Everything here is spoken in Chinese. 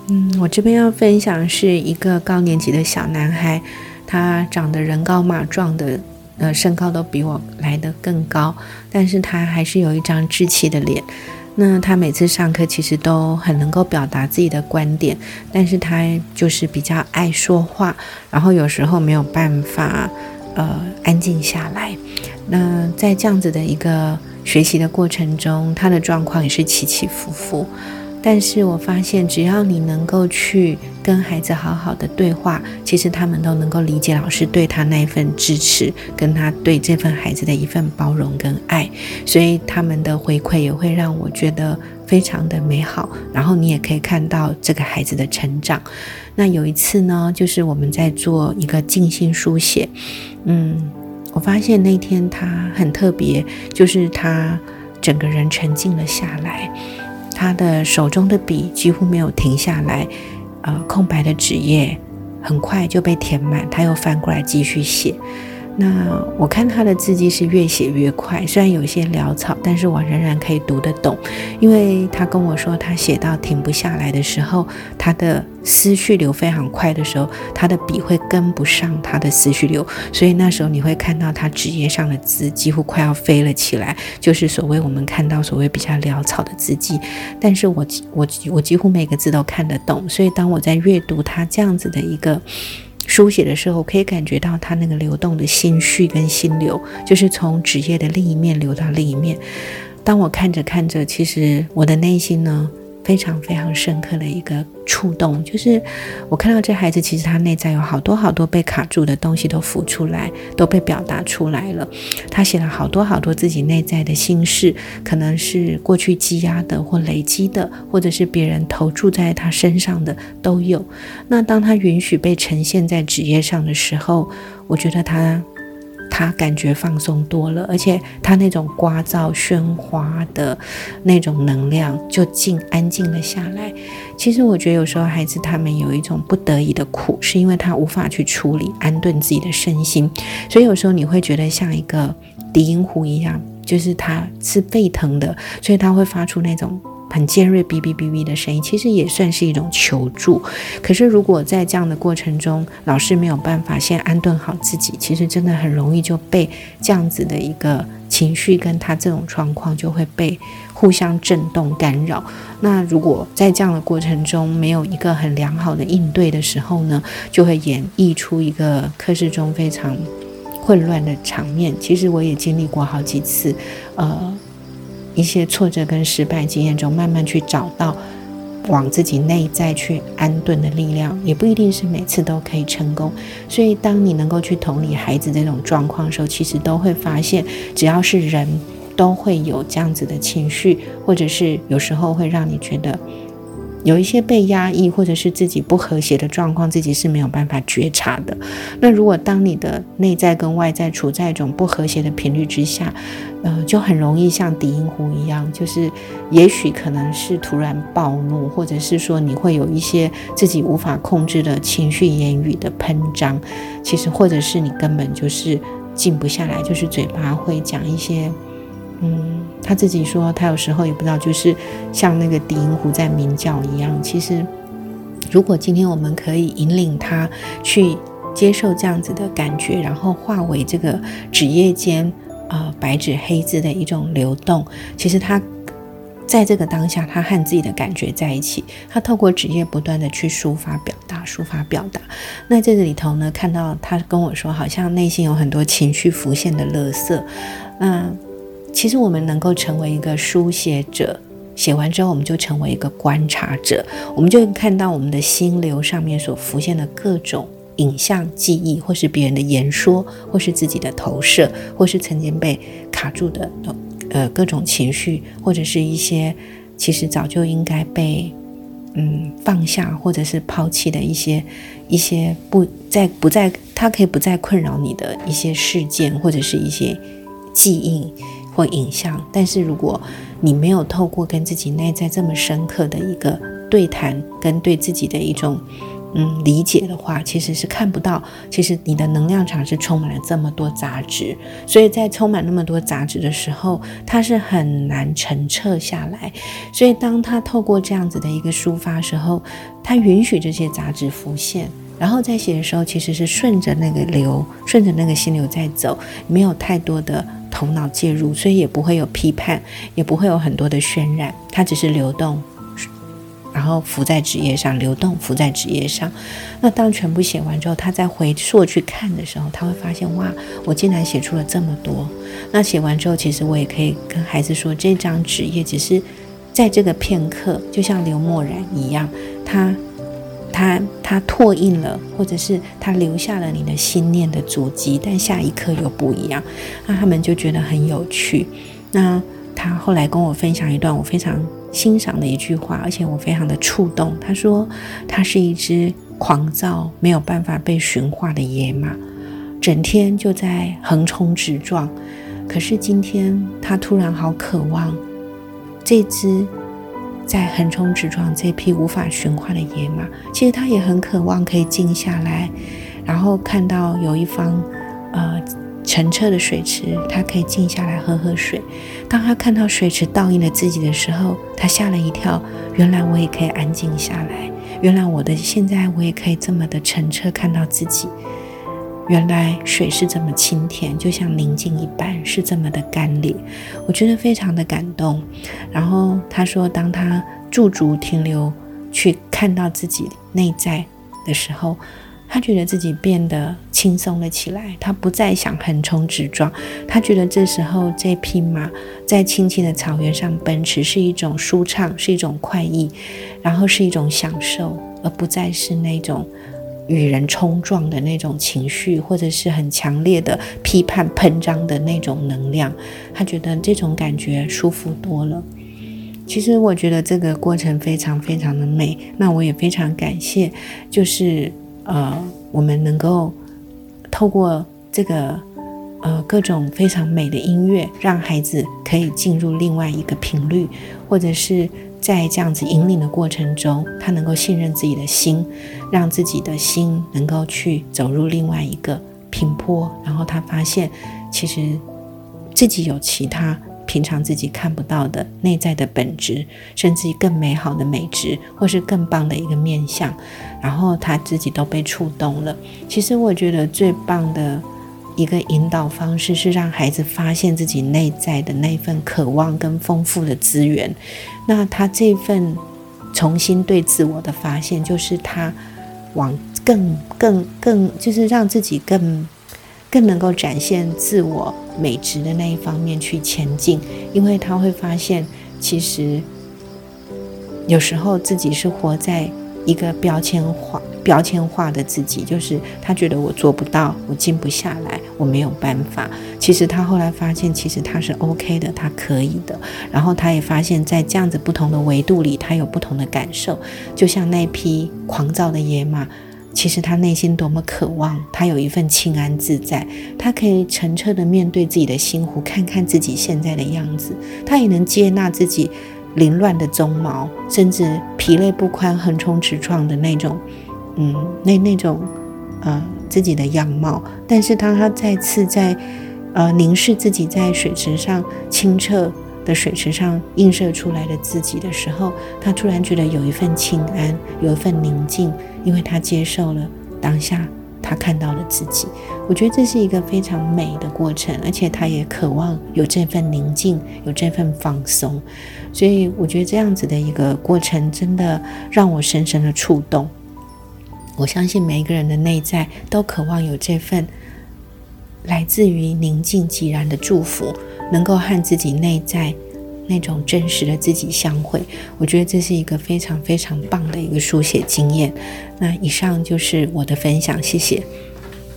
我这边要分享是一个高年级的小男孩，他长得人高马壮的，身高都比我来得更高，但是他还是有一张稚气的脸。那他每次上课其实都很能够表达自己的观点，但是他就是比较爱说话，然后有时候没有办法安静下来。那在这样子的一个学习的过程中，他的状况也是起起伏伏。但是我发现只要你能够去跟孩子好好的对话，其实他们都能够理解老师对他那一份支持，跟他对这份孩子的一份包容跟爱，所以他们的回馈也会让我觉得非常的美好，然后你也可以看到这个孩子的成长。那有一次呢，就是我们在做一个静心书写，我发现那天他很特别，就是他整个人沉静了下来，他的手中的笔几乎没有停下来，空白的纸页很快就被填满，他又翻过来继续写。那我看他的字迹是越写越快，虽然有一些潦草，但是我仍然可以读得懂。因为他跟我说他写到停不下来的时候，他的思绪流非常快的时候，他的笔会跟不上他的思绪流，所以那时候你会看到他纸页上的字几乎快要飞了起来，就是所谓我们看到所谓比较潦草的字迹。但是我几乎每个字都看得懂，所以当我在阅读他这样子的一个书写的时候，可以感觉到他那个流动的心绪跟心流，就是从纸页的另一面流到另一面。当我看着看着，其实我的内心呢非常非常深刻的一个触动，就是我看到这孩子其实他内在有好多好多被卡住的东西都浮出来，都被表达出来了。他写了好多好多自己内在的心事，可能是过去积压的或累积的，或者是别人投注在他身上的都有。那当他允许被呈现在纸页上的时候，我觉得他感觉放松多了，而且他那种聒噪喧哗的那种能量就安静了下来。其实我觉得有时候孩子他们有一种不得已的苦，是因为他无法去处理安顿自己的身心，所以有时候你会觉得像一个低音壶一样，就是他是沸腾的，所以他会发出那种很尖锐哔哔哔哔的声音，其实也算是一种求助。可是如果在这样的过程中，老师没有办法先安顿好自己，其实真的很容易就被这样子的一个情绪跟他这种状况就会被互相震动干扰。那如果在这样的过程中没有一个很良好的应对的时候呢，就会演绎出一个课室中非常混乱的场面。其实我也经历过好几次一些挫折跟失败经验中，慢慢去找到往自己内在去安顿的力量，也不一定是每次都可以成功。所以当你能够去同理孩子这种状况的时候，其实都会发现只要是人都会有这样子的情绪，或者是有时候会让你觉得有一些被压抑或者是自己不和谐的状况，自己是没有办法觉察的。那如果当你的内在跟外在处在一种不和谐的频率之下，就很容易像低音壶一样，就是也许可能是突然暴怒，或者是说你会有一些自己无法控制的情绪言语的喷张，其实或者是你根本就是静不下来，就是嘴巴会讲一些他自己说他有时候也不知道，就是像那个低音壶在鸣叫一样。其实如果今天我们可以引领他去接受这样子的感觉，然后化为这个纸页间白纸黑字的一种流动，其实他在这个当下他和自己的感觉在一起，他透过纸页不断的去抒发表达。那在这里头呢，看到他跟我说好像内心有很多情绪浮现的垃圾。其实我们能够成为一个书写者，写完之后我们就成为一个观察者，我们就会看到我们的心流上面所浮现的各种影像记忆，或是别人的言说，或是自己的投射，或是曾经被卡住的各种情绪，或者是一些其实早就应该被放下或者是抛弃的一些它可以不再困扰你的一些事件，或者是一些记忆或影像。但是如果你没有透过跟自己内在这么深刻的一个对谈，跟对自己的一种理解的话，其实是看不到，其实你的能量场是充满了这么多杂质，所以在充满那么多杂质的时候，它是很难澄澈下来。所以当他透过这样子的一个抒发的时候，他允许这些杂质浮现，然后在写的时候其实是顺着那个流，顺着那个心流在走，没有太多的头脑介入，所以也不会有批判，也不会有很多的渲染，它只是流动，然后浮在纸页上，流动浮在纸页上。那当全部写完之后，他再回溯去看的时候，他会发现哇，我竟然写出了这么多。那写完之后，其实我也可以跟孩子说，这张纸页只是在这个片刻，就像流墨染一样，它拓印了，或者是它留下了你的心念的足迹，但下一刻又不一样。那他们就觉得很有趣。那他后来跟我分享一段我非常欣赏的一句话，而且我非常的触动。他说他是一只狂躁没有办法被驯化的野马，整天就在横冲直撞，可是今天他突然好渴望这只在横冲直撞这匹无法驯化的野马，其实他也很渴望可以静下来，然后看到有一方澄澈的水池，他可以静下来喝喝水。当他看到水池倒映了自己的时候，他吓了一跳，原来我也可以安静下来，原来现在我也可以这么的澄澈看到自己，原来水是这么清甜，就像宁静一般，是这么的干裂。我觉得非常的感动。然后他说当他驻足停留去看到自己内在的时候，他觉得自己变得轻松了起来，他不再想横冲直撞，他觉得这时候这匹马在青青的草原上奔驰是一种舒畅，是一种快意，然后是一种享受，而不再是那种与人冲撞的那种情绪，或者是很强烈的批判喷张的那种能量。他觉得这种感觉舒服多了。其实我觉得这个过程非常非常的美，那我也非常感谢，就是我们能够透过这个各种非常美的音乐，让孩子可以进入另外一个频率，或者是在这样子引领的过程中，他能够信任自己的心，让自己的心能够去走入另外一个平坡，然后他发现其实自己有其他平常自己看不到的内在的本质，甚至更美好的美质，或是更棒的一个面向，然后他自己都被触动了。其实我觉得最棒的一个引导方式是让孩子发现自己内在的那份渴望跟丰富的资源。那他这份重新对自我的发现，就是他往更就是让自己更能够展现自我美质的那一方面去前进。因为他会发现其实有时候自己是活在一个标签化的自己，就是他觉得我做不到，我静不下来，我没有办法。其实他后来发现其实他是 OK 的，他可以的。然后他也发现在这样子不同的维度里，他有不同的感受。就像那匹狂躁的野马，其实他内心多么渴望，他有一份清安自在，他可以澄澈的面对自己的心湖，看看自己现在的样子，他也能接纳自己凌乱的鬃毛，甚至疲累不堪横冲直撞的那种那种自己的样貌。但是当他再次在凝视自己在水池上清澈的水池上映射出来的自己的时候，他突然觉得有一份清安，有一份宁静，因为他接受了当下他看到了自己。我觉得这是一个非常美的过程，而且他也渴望有这份宁静，有这份放松。所以我觉得这样子的一个过程真的让我深深的触动。我相信每一个人的内在都渴望有这份来自于宁静寂然的祝福，能够和自己内在那种真实的自己相会。我觉得这是一个非常非常棒的一个书写经验。那以上就是我的分享，谢谢。